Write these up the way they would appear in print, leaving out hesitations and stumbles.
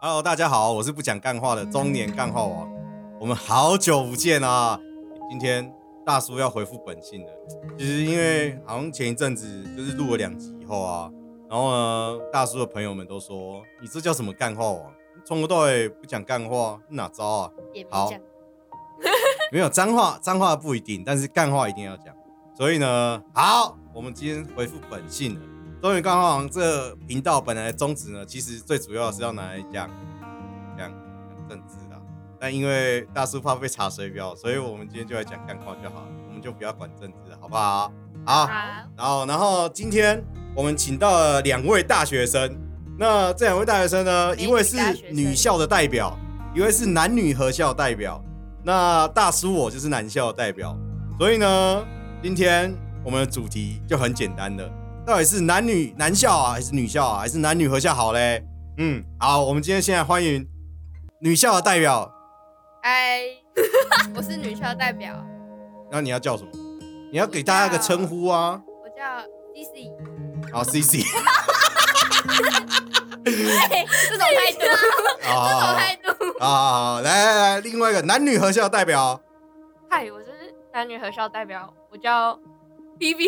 Hello， 大家好，我是不讲干话的中年干话王。我们好久不见啊！今天大叔要恢复本性了。其实因为好像前一阵子就是录了2集以后啊，然后呢，大叔的朋友们都说你这叫什么干话王？从头到尾不讲干话，哪招啊？ 也没好讲， 没有脏话不一定，但是干话一定要讲。所以呢，好，我们今天恢复本性了。中原干话王这频道本来的宗旨呢，其实最主要是要拿来讲政治啦。但因为大叔怕被查水表，所以我们今天就来讲干话就好了，我们就不要管政治了，好不好？好。然后今天我们请到了2位大学生。那这2位大学生呢，一位是女校的代表，一位是男女合校代表。那大叔我就是男校的代表，所以呢，今天我们的主题就很简单的，到底是男校啊，还是女校啊，还是男女合校好嘞？好，我们今天现在欢迎女校的代表。 嗨，我是女校代表。 那你要叫什么？你要给大家一个称呼啊。 我叫 CC。 好 ，CC。 这种态度，这种态度。 好，来，另外一个男女合校代表。 嗨，我是男女合校代表，我叫 BB。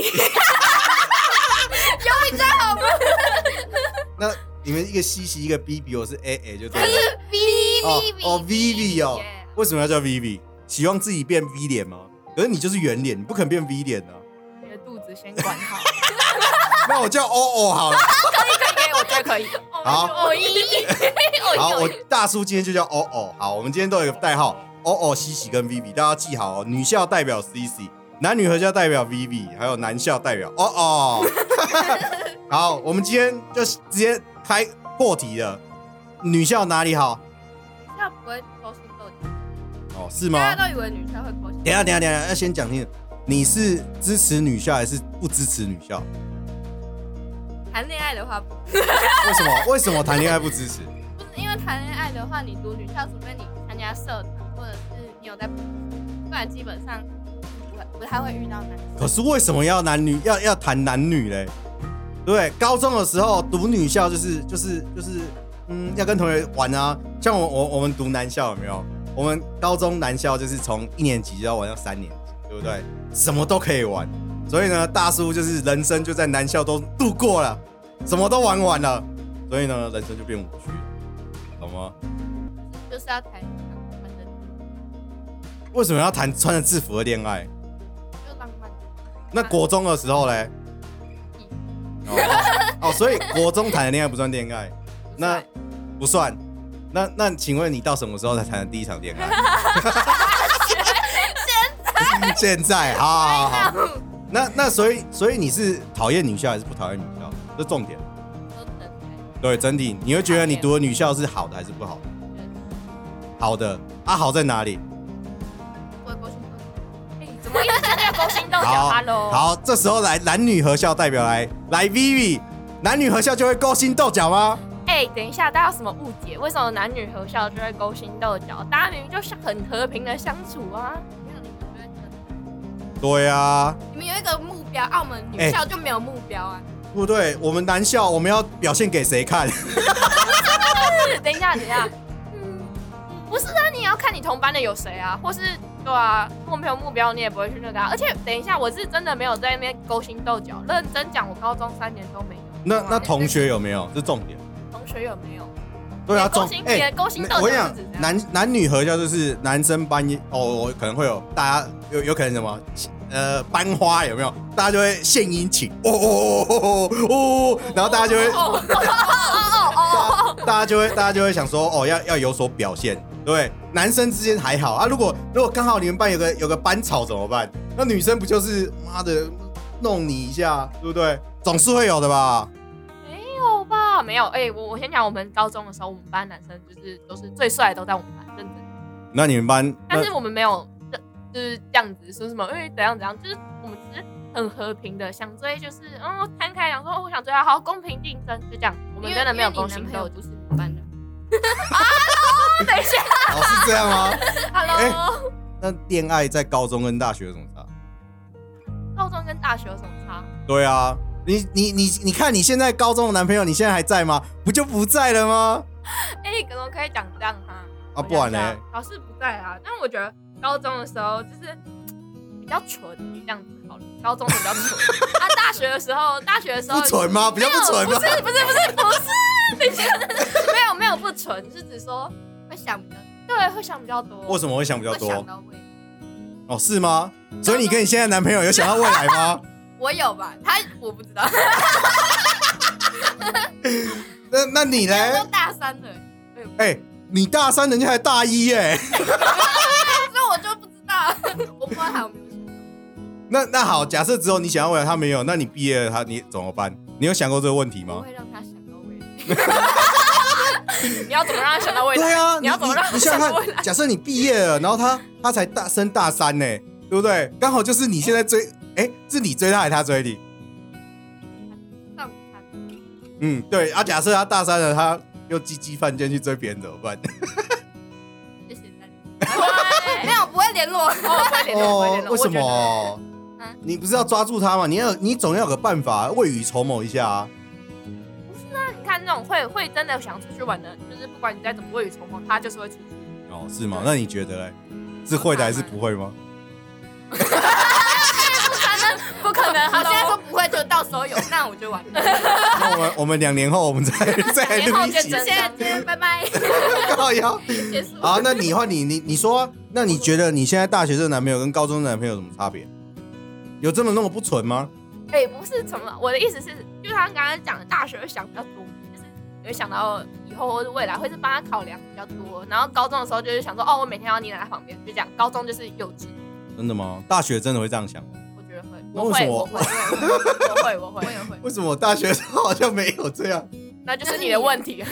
有比较好吗？ 那你们一个 CC 一个 BB， 我是 AA 就对了。 是 BB 哦 ，VV 哦。为什么要叫 VV？ 希望自己变 V 脸吗？可是你就是圆脸，你不可能变 V 脸啊。 你的肚子先管好。 那我叫 OO 好了。 可以，我觉得可以。 好， 好， 我大叔今天就叫 OO。好，我们今天都有一个代号 OO、CC 跟 VV， 大家记好哦。女校代表 CC， 男女合校代表 VV， 还有男校代表 OO。好，我们今天就直接开破题了。女校哪里好？ 女校不会勾心斗角。 哦，是吗？ 大家都以为女校会勾心斗角。 等一下，要先讲清楚，你是支持女校还是不支持女校？ 谈恋爱的话不， 为什么谈恋爱不支持？ 不是因为谈恋爱的话，你读女校，除非你参加社团或者是你有在补习，不然基本上不太会遇到男生。 可是为什么要男女要谈男女嘞？对不对？高中的时候读女校就是要跟同学玩啊。像我们读男校有没有？我们高中男校就是从1年级就要玩到3年级，对不对？什么都可以玩。所以呢，大叔就是人生就在男校都度过了，什么都玩完了，所以呢，人生就变无趣了，懂吗？ 就是要谈穿着， 为什么要谈穿着制服的恋爱？ 就浪漫。 那国中的时候嘞？所以国中谈的恋爱不算恋爱，那不算。那请问你到什么时候才谈的第一场恋爱？现在，好。那所以你是讨厌女校还是不讨厌女校？这重点。对，整体你会觉得你读的女校是好的还是不好的？好的啊，好在哪里？ 不会勾心斗角。怎么一直讲要勾心斗角 ？Hello。 好，这时候来男女合校代表来 Vivi， 男女合校就会勾心斗角吗？ 等一下，大家有什么误解？为什么男女合校就会勾心斗角？大家明明就是很和平的相处啊。 对啊， 你们有一个目标，澳门女校就没有目标啊。 不对，我们男校我们要表现给谁看？ 等一下，不是啊，你也要看你同班的有谁啊，或是对啊，如果没有目标，你也不会去那个啊。而且等一下，我是真的没有在那边勾心斗角，认真讲，我高中3年都没有。 那同学有没有？这是重点。 同学有没有？ 对啊， 勾心斗角。 我跟你讲，男女合校就是男生班我可能会有大家有可能什么班花有没有？大家就会献殷勤然后大家就会大家就会想说要有所表现，对不对？男生之间还好啊，如果刚好你们班有个班草怎么办？那女生不就是妈的弄你一下，对不对？总是会有的吧？ 没有，我先讲，我们高中的时候，我们班男生都是最帅的都在我们班，认真。 那你们班？ 但是我们没有，就是这样子说什么，因为怎样，就是我们只是很和平的想追，就是摊开讲说，我想追他，好公平竞争，就这样。我们真的没有勾心斗角，不是你们班的。Hello， 等一下。 是这样吗 ？Hello。 那恋爱在高中跟大学有什么差？ 高中跟大学有什么差？ 对啊。你看你现在高中的男朋友，你现在还在吗？不就不在了吗？ 怎么可以讲这样啊？不然呢？ 老师不在啊，但我觉得高中的时候就是比较纯，这样子好了。高中比较纯，大学的时候不纯吗？比较不纯吗？ 不是，没有不纯，是指说会想比较对，会想比较多。 为什么会想比较多？ 会想到未来。 哦，是吗？所以你跟你现在男朋友有想到未来吗？ 我有吧，我不知道。 那你呢？ 都大三了。 你大三，人家还大一耶。 所以我就不知道，我不知道他有没有想到。 那好，假设只有你想到未来，他没有，那你毕业了，你怎么办？你有想过这个问题吗？ 我会让他想到未来。你要怎么让他想到未来？ 对啊， 你要怎么让他想到未来？ 假设你毕业了，然后他才升大三呢，对不对？刚好就是你现在追，是你追他还是他追你？对啊，假设他大三了，他又鸡犯贱去追别人怎么办？ 谢谢大家。没有，不会联络，不会联络。 为什么？你不是要抓住他吗？你总要有个办法，未雨绸缪一下啊。 不是啊，你看那种会真的想出去玩的，就是不管你再怎么未雨绸缪，他就是会出去。 哦，是吗？那你觉得嘞？是会的还是不会吗？ 不可能，我现在说不会，就到时候有，那我就完了。 那我们2年后我们再录一集。 谢谢，拜拜。 靠腰结束。 好，那你换你说，那你觉得你现在大学这个男朋友跟高中的男朋友有什么差别？有这么那么不纯吗？ 不是什么，我的意思是，就是他刚刚讲的大学会想比较多，就是你会想到以后或者未来会是帮他考量比较多，然后高中的时候就是想说，我每天要黏在他旁边，就这样。高中就是幼稚。真的吗？大学真的会这样想吗？ 我觉得会。我会。 为什么我大学的时候好像没有这样？ 那就是你的问题。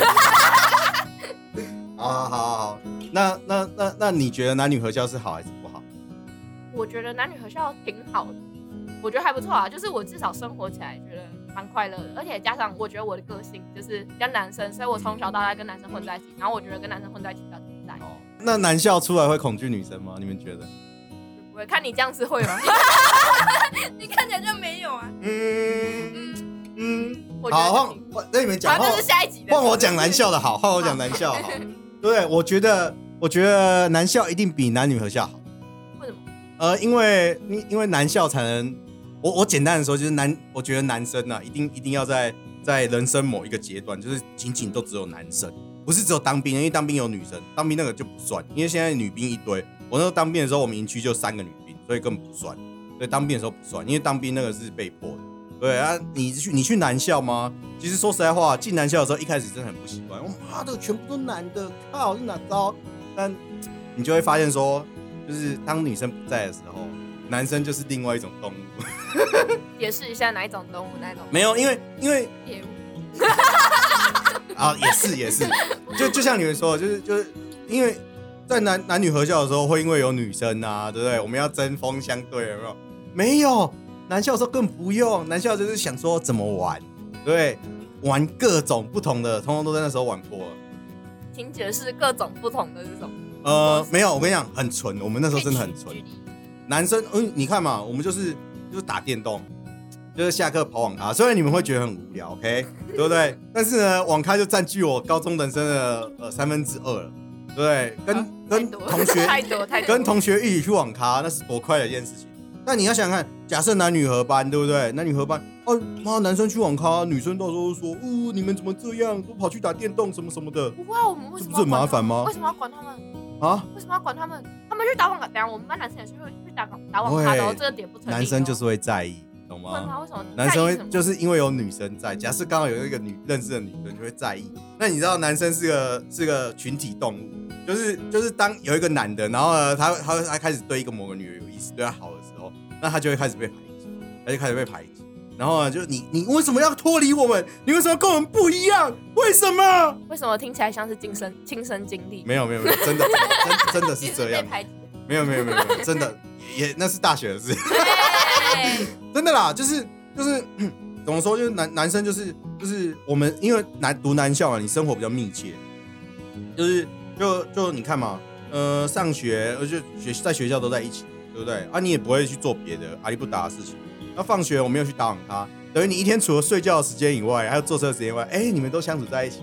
好，那你觉得男女合校是好还是不好？ 我觉得男女合校挺好的，我觉得还不错啊。就是我至少生活起来觉得蛮快乐的，而且加上我觉得我的个性就是比较男生，所以我从小到大跟男生混在一起，然后我觉得跟男生混在一起比较自在。 那男校出来会恐惧女生吗？你们觉得？ 不会，看你这样子会吗？你看起来就没有啊。 好，换你们讲。 这是下一集的。 换我讲男校的好，换我讲男校好。对，我觉得男校一定比男女合校好。 为什么？ 因为男校才能，我简单的说就是我觉得男生啊，一定要在人生某一个阶段，就是仅仅都只有男生，不是只有当兵，因为当兵有女生，当兵那个就不算，因为现在女兵一堆。我那时候当兵的时候，我们营区就3个女兵，所以根本不算。所以当兵的时候不算，因为当兵那个是被迫的。对啊，你去男校吗？其实说实在话，进男校的时候一开始真的很不习惯，妈的全部都男的，靠是哪招？但你就会发现说，就是当女生不在的时候，男生就是另外一种动物。 解释一下哪一种动物？哪一种？ 没有，因为猎物。 啊，也是，就像你们说的，就是因为在男女合校的时候，会因为有女生啊，对不对？我们要针锋相对，有没有？没有，男校的时候更不用，男校就是想说怎么玩，对不对？玩各种不同的，通通都在那时候玩过了。 请解释各种不同的是什么？ 没有，我跟你讲，很纯，我们那时候真的很纯。男生，你看嘛，我们就是打电动，就是下课跑网咖。虽然你们会觉得很无聊 ，OK， 对不对？但是呢，网咖就占据我高中人生的2/3了，对不对？跟同学太多跟同学一起去网咖，那是多快的一件事情。但你要想想看，假设男女合班，对不对？男女合班，妈，男生去网咖，女生到时候说，你们怎么这样，都跑去打电动什么什么的。 不会啊，我们为什么这不是很麻烦吗？ 为什么要管他们啊？ 为什么要管他们？他们去打网咖，等下我们班男生也是会去打网咖的，这个点不成立。 男生就是会在意，懂吗？ 为什么？ 男生会就是因为有女生在，假设刚好有一个认识的女生就会在意。那你知道男生是个群体动物，就是当有一个男的，然后呢他开始对一个某个女人有意思，对她好的时候，那他就会开始被排挤，然后呢就你为什么要脱离我们？你为什么跟我们不一样？为什么？ 为什么听起来像是亲身经历？ 没有，真的是这样。没有，真的也那是大学的事。真的啦，就是怎么说？就是男生就是我们因为读男校嘛，你生活比较密切，就你看嘛，上学就在学校都在一起，对不对？啊，你也不会去做别的阿里不达的事情。那放学我们又去打网咖，等于你一天除了睡觉的时间以外，还有坐车的时间以外，你们都相处在一起。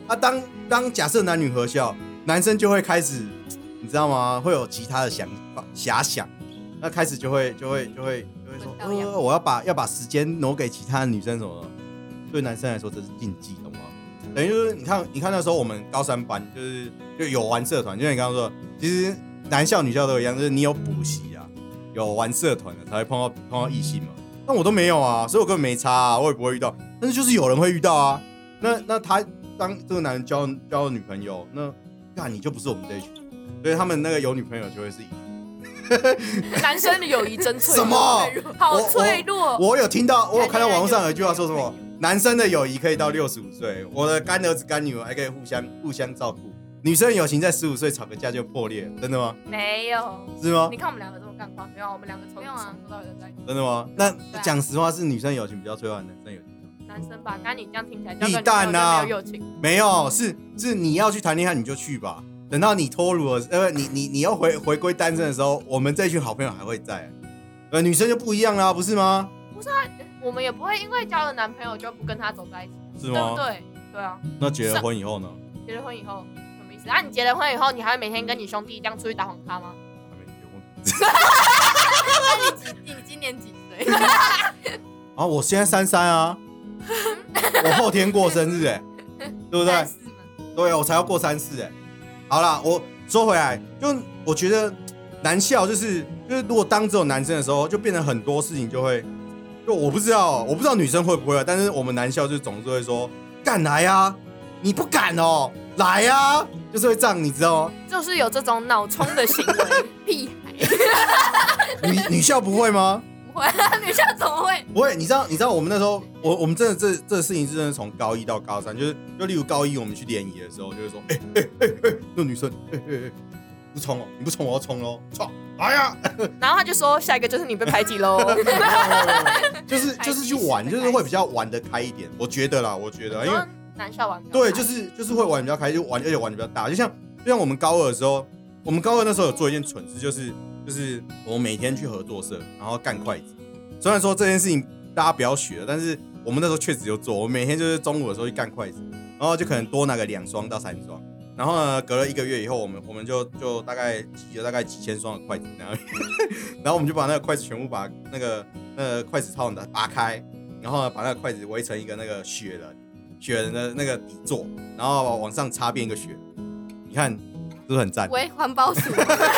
当假设男女合校，男生就会开始，你知道吗？会有其他的遐想，那开始就会说，我要把时间挪给其他的女生什么的。对男生来说这是禁忌，懂吗？等于就是你看那时候我们高3班就有玩社团，就像你刚刚说，其实男校女校都一样，就是你有补习啊，有玩社团的才会碰到异性嘛。但我都没有啊，所以我根本没差啊，我也不会遇到。但是就是有人会遇到啊。那他当这个男人交女朋友，那你就不是我们这一群，所以他们那个有女朋友就会是一群。 男生的友谊真脆弱， 什么？ 好脆弱。 我有看到网络上有一句话说什么，男生的友谊可以到65岁，我的干儿子干女儿还可以互相照顾。女生友情在15岁吵个架就破裂了，真的吗？ 没有， 是吗？ 你看我们两个这么干话，没有，我们两个从头到尾都在。 真的吗？那讲实话，是女生友情比较脆弱，男生友情。 男生吧，刚刚你这样听起来， 屁蛋啊， 没有友情。 没有，是你要去谈恋爱你就去吧。等到你脱乳了，你要回归单身的时候，我们这一群好朋友还会在。女生就不一样啦，不是吗？ 不是啊，我们也不会因为交了男朋友就不跟他走在一起， 是吗？ 对不对？对啊。 那结了婚以后呢？ 结了婚以后什么意思？啊，你结了婚以后，你还会每天跟你兄弟这样出去打网咖吗？ 还没结婚。 那你今年几岁？ 啊，我现在33啊，我后天过生日对不对？对，我才要过34好啦，我说回来，就我觉得男校就是如果当这种男生的时候，就变成很多事情就我不知道女生会不会，但是我们男校就总是会说干来啊，你不敢哦，来啊，就是会这样，你知道吗？ 就是有这种脑冲的行为，屁孩。 女校不会吗？ 不会啊，女校怎么会？ 不会，你知道我们那时候，我们真的这事情是真的从高1到高3，就例如高1我们去联谊的时候，就会说，那女生，不冲哦，你不冲我要冲喽，冲，来呀！ 然后他就说，下一个就是你被排挤喽。 就是去玩，就是会比较玩得开一点，我觉得，因为男校玩对，就是会玩比较开，就玩而且玩得比较大，就像我们高2的时候，我们高2那时候有做一件蠢事，就是我们每天去合作社，然后干筷子。虽然说这件事情大家不要学了，但是我们那时候确实有做。我们每天就是中午的时候去干筷子，然后就可能多拿个2双到3双。然后呢，隔了1个月以后，我们就大概挤了大概几千双的筷子，然后我们就把那个筷子全部把那个筷子套拔开，然后呢把那个筷子围成一个那个雪人的那个底座，然后往上插遍一个雪人。你看是不是很赞？ 喂，环保署。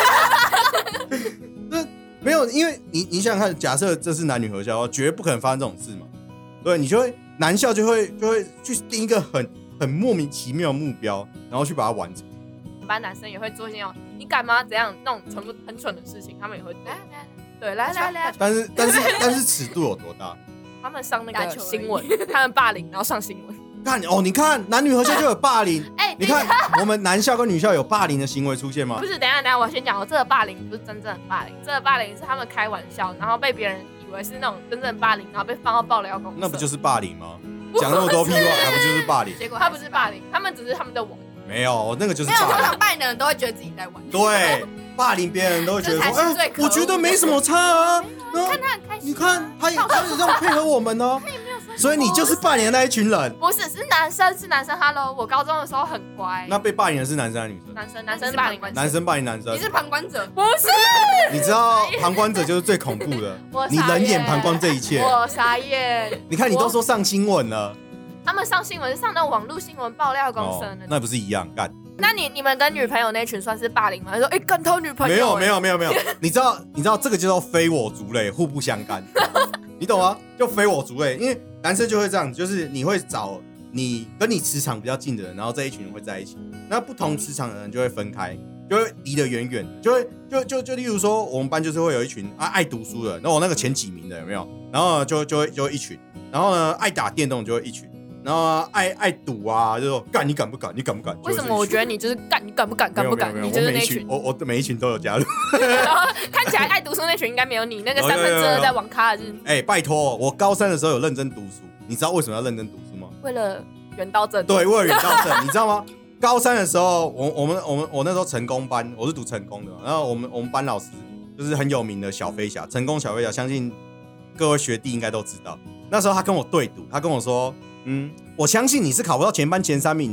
没有，因为你想想看，假设这是男女合校，绝对不可能发生这种事嘛。对，你就会男校就会去定一个很莫名其妙的目标，然后去把它完成。 我们班男生也会做一些你敢吗？怎样那种很蠢的事情，他们也会做。对，来。 但是尺度有多大？ 他们上那个新闻，他们霸凌，然后上新闻。 你看男女合校就有霸凌。你看我们男校跟女校有霸凌的行为出现吗？ 不是，等一下，我先讲这个霸凌不是真正的霸凌，这个霸凌是他们开玩笑，然后被别人以为是那种真正的霸凌，然后被放到爆料公司。 那不就是霸凌吗？讲那么多屁话，那不就是霸凌？ 结果他不是霸凌，他们只是他们在玩。 没有，那个就是霸凌。 没有，通常霸凌的人都会觉得自己在玩。 对，霸凌别人都会觉得说，我觉得没什么差啊。 看他很开心。 你看他也这样配合我们呢。所以你就是霸凌的那一群人。 不是，是男生。Hello， 我高中的时候很乖。 那被霸凌的是男生还是女生？ 男生霸凌男生霸凌男生。 你是旁观者？ 不是。 你知道旁观者就是最恐怖的，你冷眼旁观这一切。 我傻眼。 你看你都说上新闻了， 他们上新闻是上那种网络新闻爆料公司的那不是一样干？ 那你们跟女朋友那群算是霸凌吗？他说干偷女朋友。 没有。你知道这个叫做非我族类，互不相干。你懂吗？就非我族类，因为男生就会这样，就是你会找你跟你磁场比较近的人，然后这一群人会在一起。那不同磁场的人就会分开，就会离得远远的，就例如说，我们班就是会有一群爱读书的，然后我那个前几名的有没有？然后就会一群，然后呢爱打电动就会一群。然后爱赌啊，就说干你敢不敢？你敢不敢？ 为什么我觉得你就是干？你敢不敢？敢不敢？你就是那群。 我每一群都有加入。 然后看起来爱读书那群应该没有你那个2/3在网咖的日子。 拜托，我高3的时候有认真读书，你知道为什么要认真读书吗？ 为了远道证。 对，为了远道证，你知道吗？高3的时候，我那时候成功班，我是读成功的，然后我们班老师就是很有名的小飞侠，成功小飞侠，相信各位学弟应该都知道。那时候他跟我对赌，他跟我说。我相信你是考不到前班前3名的，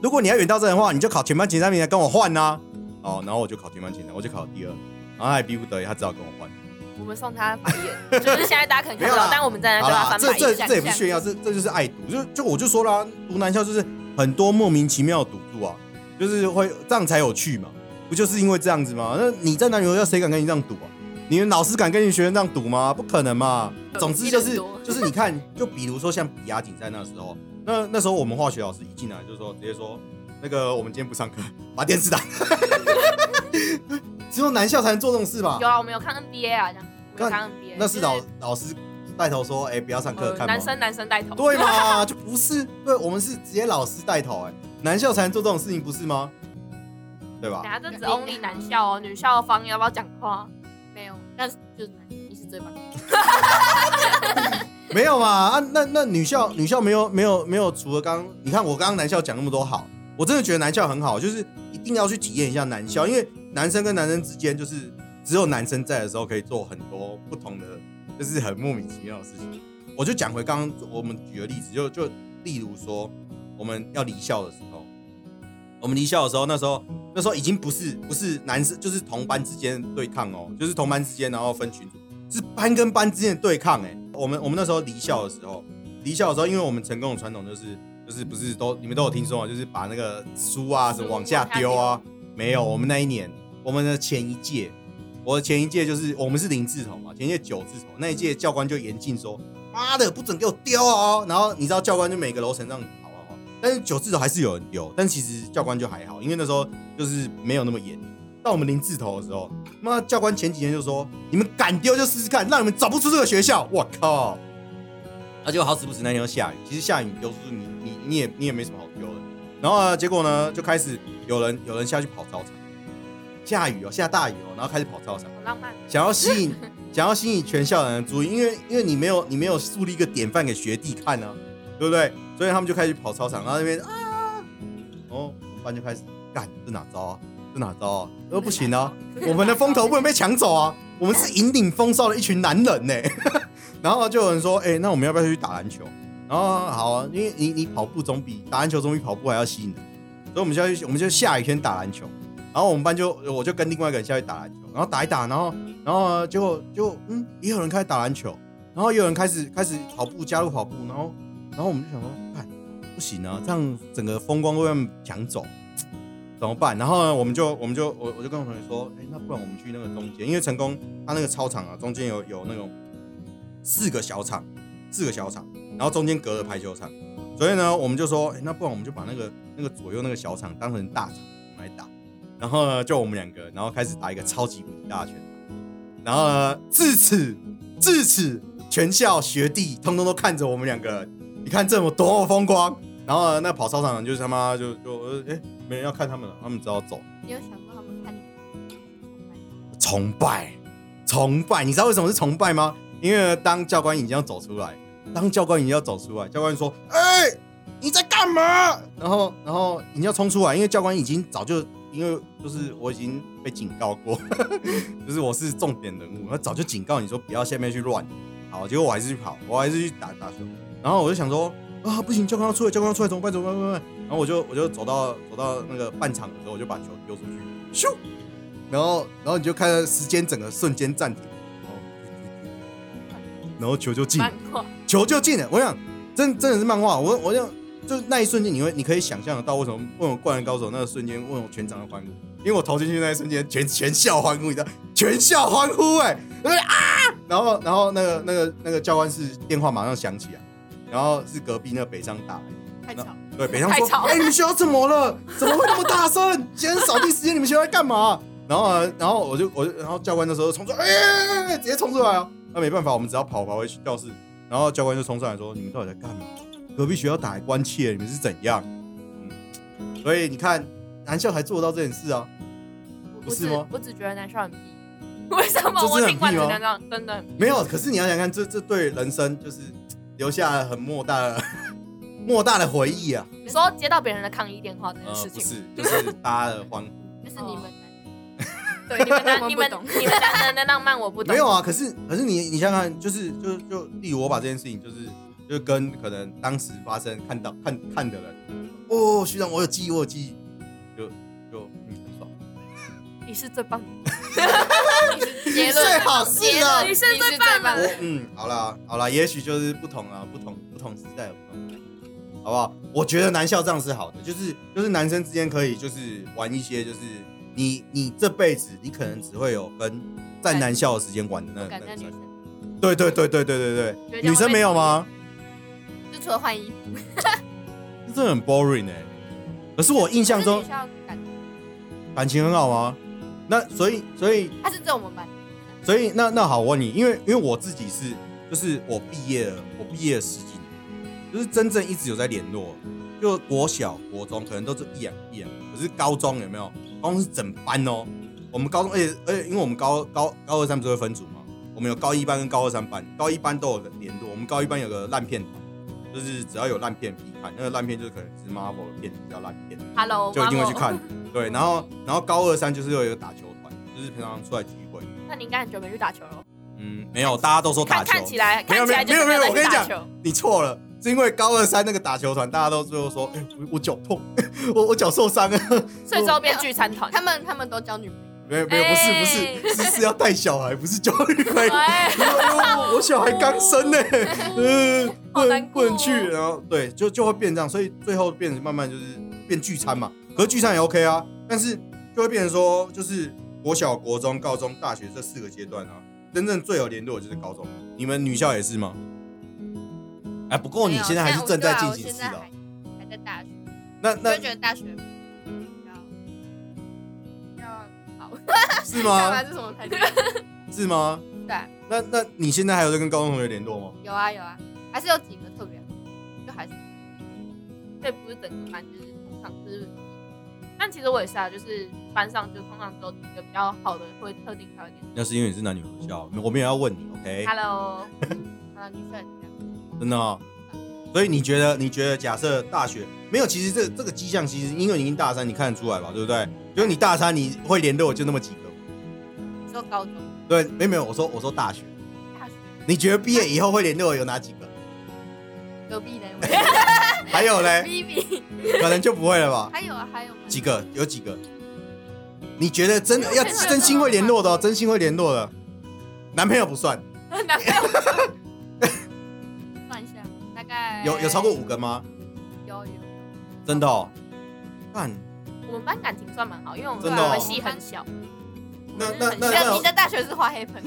如果你要远道证的话，你就考全班前3名来跟我换啊。哦，然后我就考全班前3，我就考第2，然后他也逼不得已，他只好跟我换。 我们送他白眼，就是现在大家可能看不到，但我们在那就要翻白眼。 这也不是炫耀，这就是爱赌。就我就说啦，读男校就是很多莫名其妙的赌注啊，就是会这样才有趣嘛，不就是因为这样子吗？那你在男女校谁敢跟你这样赌啊？你们老师敢跟你学生这样赌吗？不可能嘛。总之就是你看，就比如说像比亚锦赛那时候，那时候我们化学老师一进来就说直接说，那个我们今天不上课，把电视打开。只有男校才能做这种事吧？ 有啊，我们有看 NBA 啊，这样。看 NBA， 那是老师带头说，不要上课看吗？ 男生带头。 对嘛？就不是，对，我们是直接老师带头，男校才能做这种事情，不是吗？对吧？ 等下这只 only 男校哦，女校方要不要讲话？ 没有，但是就是你是最棒的。 没有嘛？啊，那女校没有，除了你看我刚刚男校讲那么多好，我真的觉得男校很好，就是一定要去体验一下男校，因为男生跟男生之间就是只有男生在的时候可以做很多不同的，就是很莫名其妙的事情。我就讲回刚刚我们举的例子，就例如说我们要离校的时候，那时候已经不是男生就是同班之间对抗哦，就是同班之间然后分群组，是班跟班之间的对抗我们那时候离校的时候，因为我们成功的传统就是不是你们都有听说吗？就是把那个书啊什么往下丢啊，没有，我们那一年我们的前一届。我的前一届就是我们是0字头嘛，前一届9字头，那一届教官就严禁说，妈的不准给我丢哦。然后你知道教官就每个楼层这样跑啊，但是9字头还是有人丢，但其实教官就还好，因为那时候就是没有那么严。到我们0字头的时候，妈教官前几天就说，你们敢丢就试试看，让你们走不出这个学校。我靠！结果好死不死那天又下雨，其实下雨丢出你也没什么好丢的。然后结果呢就开始有人下去跑操场。下雨下大雨然后开始跑操场， 好浪漫， 想要吸引全校人的注意，因为你没有树立一个典范给学弟看啊，对不对？所以他们就开始跑操场，然后那边然后班就开始干，这哪招啊？不行啊，我们的风头不能被抢走啊，我们是引领风骚的一群男人呢。然后就有人说，那我们要不要去打篮球？然后好啊，因为你跑步总比打篮球总比跑步还要吸引人，所以我们就下雨天打篮球。然后我们班我就跟另外一个人下去打篮球，然后打一打，然后结果也有人开始打篮球，然后也有人开始跑步，加入跑步，然后我们就想说，看不行啊，这样整个风光会被他们抢走，怎么办？然后呢，我就跟我同学说，那不然我们去那个中间，因为成功他那个操场啊，中间有那种4个小场，然后中间隔了排球场，所以呢，我们就说，那不然我们就把那个左右那个小场当成大场，我们来打。然后呢，就我们2个，然后开始打一个超级无敌大的拳。然后呢，自此，全校学弟通通都看着我们2个人，你看这么多么风光。然后呢，那跑操场的就是他妈就没人要看他们了，他们只好走。 你有想过他们看你崇拜？你知道为什么是崇拜吗？因为当教官已经要走出来，教官说：“你在干嘛？”然后已经要冲出来，因为教官已经早就。因为就是我已经被警告过，就是我是重点人物，他早就警告你说不要下面去乱。好，结果我还是去跑，我还是去打球。然后我就想说不行，教官要出来怎么办？然后我就走到那个半场的时候，我就把球丢出去，咻！然后你就看到时间整个瞬间暂停，然后球就进了，我想真的是漫画，我想。就那一瞬间，你可以想象得到为什么灌篮高手那个瞬间，为什么全场的欢呼？因为我投进去那一瞬间，全校欢呼，你知道，全校欢呼然后那个教官室电话马上响起啊，然后是隔壁那个北商打来， 太吵， 对，北商说，你们学校怎么了？怎么会那么大声？今天扫地时间，你们学校在干嘛？然后然后教官那时候冲出来，直接冲出来啊！那没办法，我们只要跑回去教室，然后教官就冲上来说，你们到底在干嘛？隔壁学校打来关切，你们是怎样？所以你看，男校还做得到这件事啊，不是吗？ 我只觉得男校很屁，为什么？我听完男校真的没有。可是你要想看，这对人生就是留下了很莫大的回忆啊。 你说接到别人的抗议电话这件事情， 不是，就是大家的欢呼， 就是你们。 对，你们男人的浪漫我不懂。 没有啊，可是你想想看，就例如我把这件事情就跟可能当时发生看的人， 哦，学长我有记忆，就很爽。 你是最棒的， 结论最好是啊， 你是最棒的。 好啦，也许就是不同时代有不同的，好不好？我觉得男校这样是好的，就是男生之间可以就是玩一些，就是你这辈子你可能只会有跟在男校的时间玩的那个女生。 对，女生没有吗？ 就除了换衣服， 这真的很 boring 可是我印象中感情很好吗？那所以他是在我们班， 所以那好，我问你，因为我自己是就是我毕业了10几年，就是真正一直有在联络，就国小国中可能都是一两，可是高中有没有？高中是整班哦。我们高中，而且因为我们高二三不是会分组吗？我们有高一班跟高二三班，高一班都有联络。我们高一班有个烂片团，就是只要有烂片必看，那个烂片就是可能是 Marvel 的片子叫烂片 ，Hello， 就一定会去看。对，然后高二三就是有一个打球团，就是平常出来聚会。 那你应该很久没去打球了。 没有，大家都说打球。 看起来没有，我跟你讲， 球你错了，是因为高二三那个打球团，大家都最后说，我脚痛，我脚受伤了， 所以之后变聚餐团。 他们都交女朋友。 没有，不是，是要带小孩，不是交女朋友。我小孩刚生呢，不能去，然后对，就会变这样，所以最后变成慢慢就是变聚餐嘛。可是聚餐也 OK 啊，但是就会变成说，就是国小、国中、高中、大学这4个阶段啊，真正最有联络的就是高中。你们女校也是吗？不过你现在还是正在进行式的， 还在大学。 那就觉得大学是吗？ 干嘛是什么态度？ 是吗？ 对。 那你现在还有在跟高中同学联络吗？ 有啊，还是有几个特别好，就还是。 对，不是整个班，就是通常是。但其实我也是啊，就是班上就通常只有几个比较好的会特定才会联络。 那是因为你是男女合校，我们也要问你 ，OK？Hello， 女生也是这样。 真的哦。所以你觉得假设大学没有，其实这个迹象，其实因为你已经大三，你看得出来吧，对不对？就是你大三你会联络就那么几个。 你说高中？ 对，没有，我说大学。你觉得毕业以后会联络有哪几个？ 隔壁的。 还有嘞？可能就不会了吧？ 还有几个？有几个？你觉得真的要真心会联络的哦，真心会联络的，男朋友不算。 男朋友不算。 算一下，大概有超过5个吗？ 有。 真的哦。看。 我们班感情算蛮好，因为我们系很小。 那你的大学是花黑盆。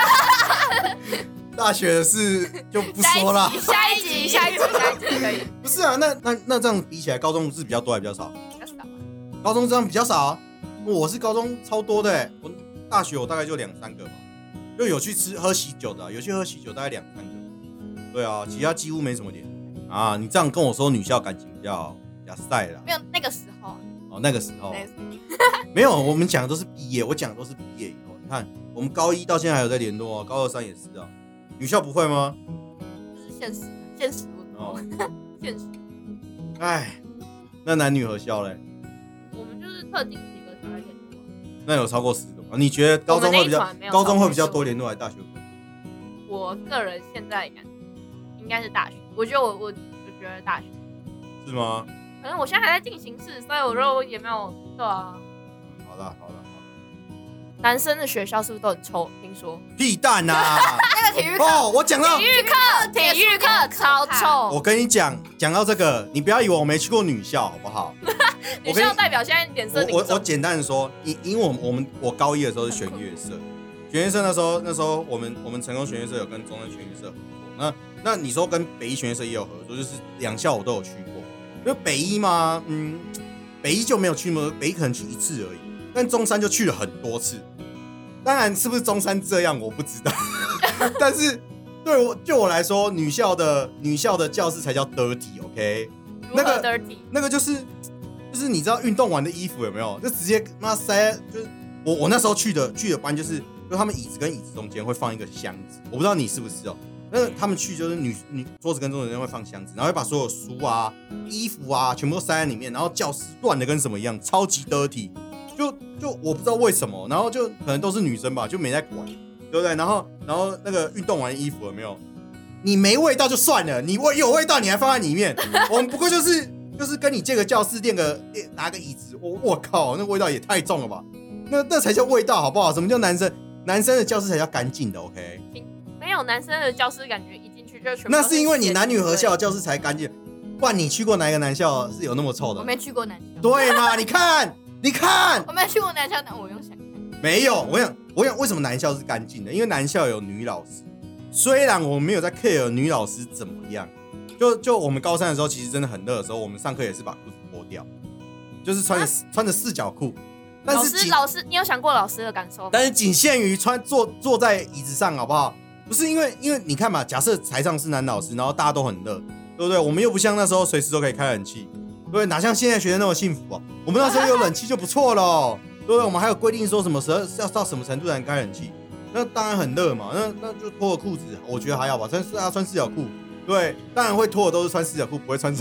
大学的事就不说了。 下一集可以。 不是啊，那这样比起来，高中是比较多还是比较少？ 比较少。 高中这样比较少。我是高中超多的，我大学我大概就2、3个吧，就有去喝喜酒的，有去喝喜酒大概2、3个。对啊，其他几乎没什么联络啊。你这样跟我说女校感情比较晒啦。 没有那个时候。 那个时候没有，我们讲的都是毕业，我讲的都是毕业以后。你看，我们高1到现在还有在联络啊，高2、3也是啊。女校不会吗？ 就是现实现实。 哎，那男女合校嘞？ 我们就是特定几个才会联络。 那有超过10个吗？你觉得高中会比较多联络，还是大学？ 我个人现在应该是大学，我觉得我觉得大学。 是吗？ 可能我现在还在进行式，所以我就也没有对啊。 好了。 男生的学校是不是都很臭？听说。 屁蛋啊！ 那个体育课我讲到体育课超臭。 我跟你讲到这个，你不要以为我没去过女校，好不好？ 女校代表现在脸色凝重。 我简单的说，因为我高1的时候是弦乐社，弦乐社那时候我们成功弦乐社有跟中正弦乐社合作。那你说跟北一弦乐社也有合作，就是2校我都有去过。因为北一嘛，北一就没有去吗？北一可能去1次而已，但中山就去了很多次。当然，是不是中山这样我不知道，但是就我来说，女校的教室才叫 dirty，OK？ 那个就是你知道运动完的衣服有没有？就直接塞，就是我那时候去的班就他们椅子跟椅子中间会放一个箱子，我不知道你是不是哦。那他们去就是女桌子跟桌子之间会放箱子，然后会把所有书啊、衣服啊全部都塞在里面，然后教室乱的跟什么一样，超级 dirty。就我不知道为什么，然后就可能都是女生吧，就没在管，对不对？然后那个运动完的衣服有没有？你没味道就算了，你有味道你还放在里面，我们不过就是就是跟你借个教室拿个椅子，我靠，那味道也太重了吧？那才叫味道好不好？什么叫男生的教室才叫干净的 ？OK？ 没有男生的教室感觉一进去就全部。 那是因为你男女合校的教室才干净，不然你去过哪一个男校是有那么臭的？ 我没去过男校。 对嘛？你看， 我没去过男校，但我用想看。 没有，我想为什么男校是干净的？因为男校有女老师，虽然我们没有在 care 女老师怎么样，就我们高三的时候，其实真的很热的时候，我们上课也是把裤子脱掉，就是穿着四角裤。但是老师，你有想过老师的感受吗？ 但是仅限于坐在椅子上，好不好？不是因为你看嘛，假设台上是男老师，然后大家都很热，对不对？我们又不像那时候随时都可以开冷气，对不对？哪像现在学生那么幸福啊？我们那时候有冷气就不错了，对不对？我们还有规定说什么时候要到什么程度才能开冷气，那当然很热嘛，那就脱了裤子，我觉得还好吧。穿四角裤，对，当然会脱的都是穿四角裤，不会穿。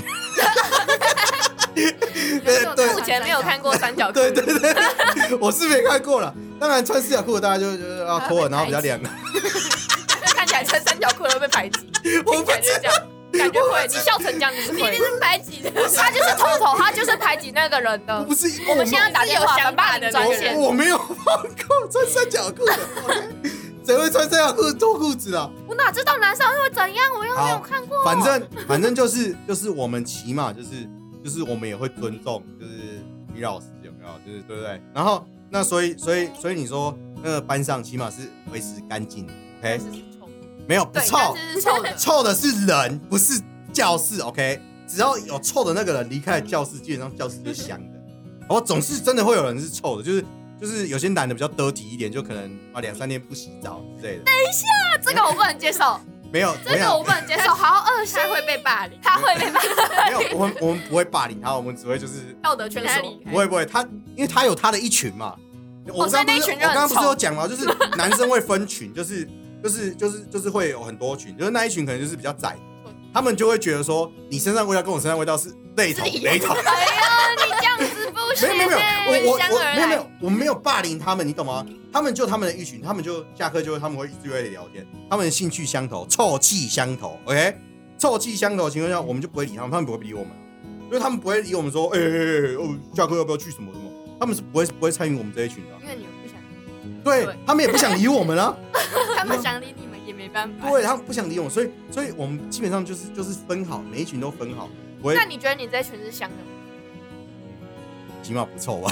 对，目前没有看过三角裤。 对，我是没看过了。当然穿四角裤的大家就要脱了，然后比较凉。 看起来穿三角裤会被排挤，听起来就是这样，感觉会。你笑成这样，就是会。 你一定是排挤的， 他就是头，他就是排挤那个人的。 不是， 我们现在打电话反霸凌专线。 我没有放过穿三角裤的，谁会穿三角裤脱裤子啊？ 我哪知道男生会怎样？我又没有看过。 反正就是我们起码就是我们也会尊重，就是女老师有没有？就是对不对？然后那所以你说那个班上起码是维持干净的 ，OK？ 是臭， 没有不臭， 是臭的， 臭的是人，不是教室 ，OK？ 只要有臭的那个人离开了教室，基本上教室就是香的。我总是真的会有人是臭的，就是有些男的比较dirty一点，就可能2-3天不洗澡之类的。 等一下，这个我不能接受。 没有， 这个我不能接受，好恶心， 他会被霸凌， 没有，我们不会霸凌他，我们只会就是道德劝说。 不会，他因为他有他的一群嘛。我刚刚不是有讲吗？就是男生会分群，就是会有很多群，就是那一群可能就是比较窄，他们就会觉得说你身上味道跟我身上味道是雷同。 哎呀，你这样子不行。 没有，我没有霸凌他们，你懂吗？他们的一群，他们就下课他们会一直在聊天，他们的兴趣相投，臭气相投 ，OK？ 臭气相投的情况下，我们就不会理他们，他们不会理我们，因为他们不会理我们说，下课要不要去什么什么，他们是不会参与我们这一群的， 因为你们不想理， 对他们也不想理我们啊， 他们想理你们也没办法， 对他们不想理我们，所以我们基本上就是分好，每一群都分好。 那你觉得你这一群是香的吗？ 起码不臭吧？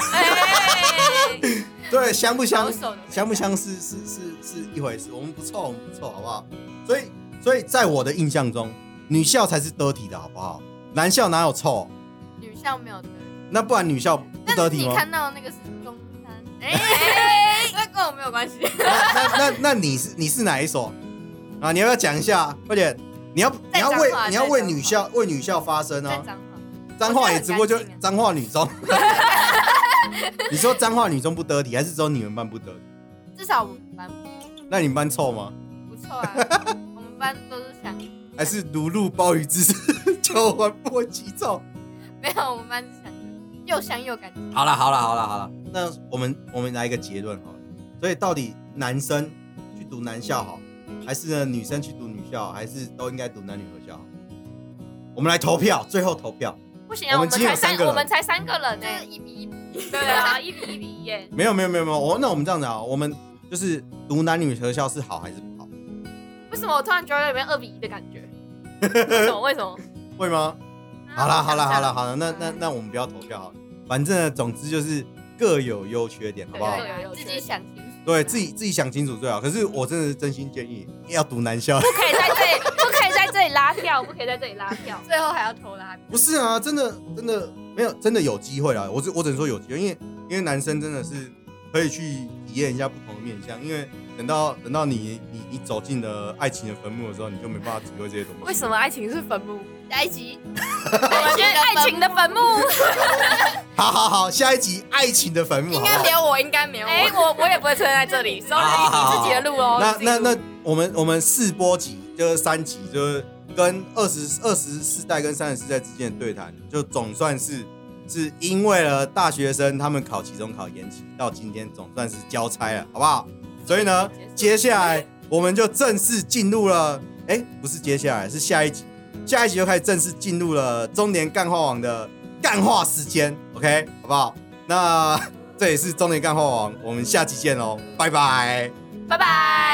对，香不香是一回事，我们不臭，好不好？所以在我的印象中，女校才是dirty的，好不好？男校哪有臭？ 女校没有dirty， 那不然女校不dirty吗？ 你看到那个是中山，那跟我没有关系。 那你是哪一所啊？你要不要讲一下？快点，你要为女校发声啊！彰化也只不过就彰化女中。你说彰化女中不dirty，还是只有你们班不dirty？ 至少我们班不。 那你们班臭吗？ 不臭啊，我们班都是香。 还是如入鲍鱼之肆，酒还不其臭？ 没有，我们班是香的，又香又干净。 好了，那我们来一个结论好了。所以到底男生去读男校好，还是呢女生去读女校好，还是都应该读男女合校好？我们来投票，最后投票。 不行啊，我们才3个人呢，1-1。对啊，1-1耶。 没有，那我们这样子啊，我们就是读男女合校是好还是不好？ 为什么我突然觉得有点2-1的感觉？为什么？ 会吗？好了，那我们不要投票好了，反正呢，总之就是各有优缺点，好不好？ 自己想清楚。 对，自己想清楚最好。可是我真的是真心建议要读男校， 不可以在这里拉票，最后还要投拉票。 不是啊，真的没有，真的有机会啦。我只能说有机会，因为男生真的是可以去体验一下不同的面向，因为等到你走进了爱情的坟墓的时候，你就没办法体会这些东西。 为什么爱情是坟墓？ 下一集， 我觉得爱情的坟墓。 好，下一集爱情的坟墓。 应该没有我，应该没有我。 我也不会出现在这里，收你自己的路哦。 那我们4波集就是3集，就是跟24代跟30代之间的对谈，就总算是因为了大学生他们考期中考延期，到今天总算是交差了，好不好？所以呢，接下来我们就正式进入了，不是接下来，是下一集。 下一集就开始正式进入了中年干话王的干话时间 ，OK， 好不好？那这也是中年干话王，我们下集见喽，拜拜， 拜拜。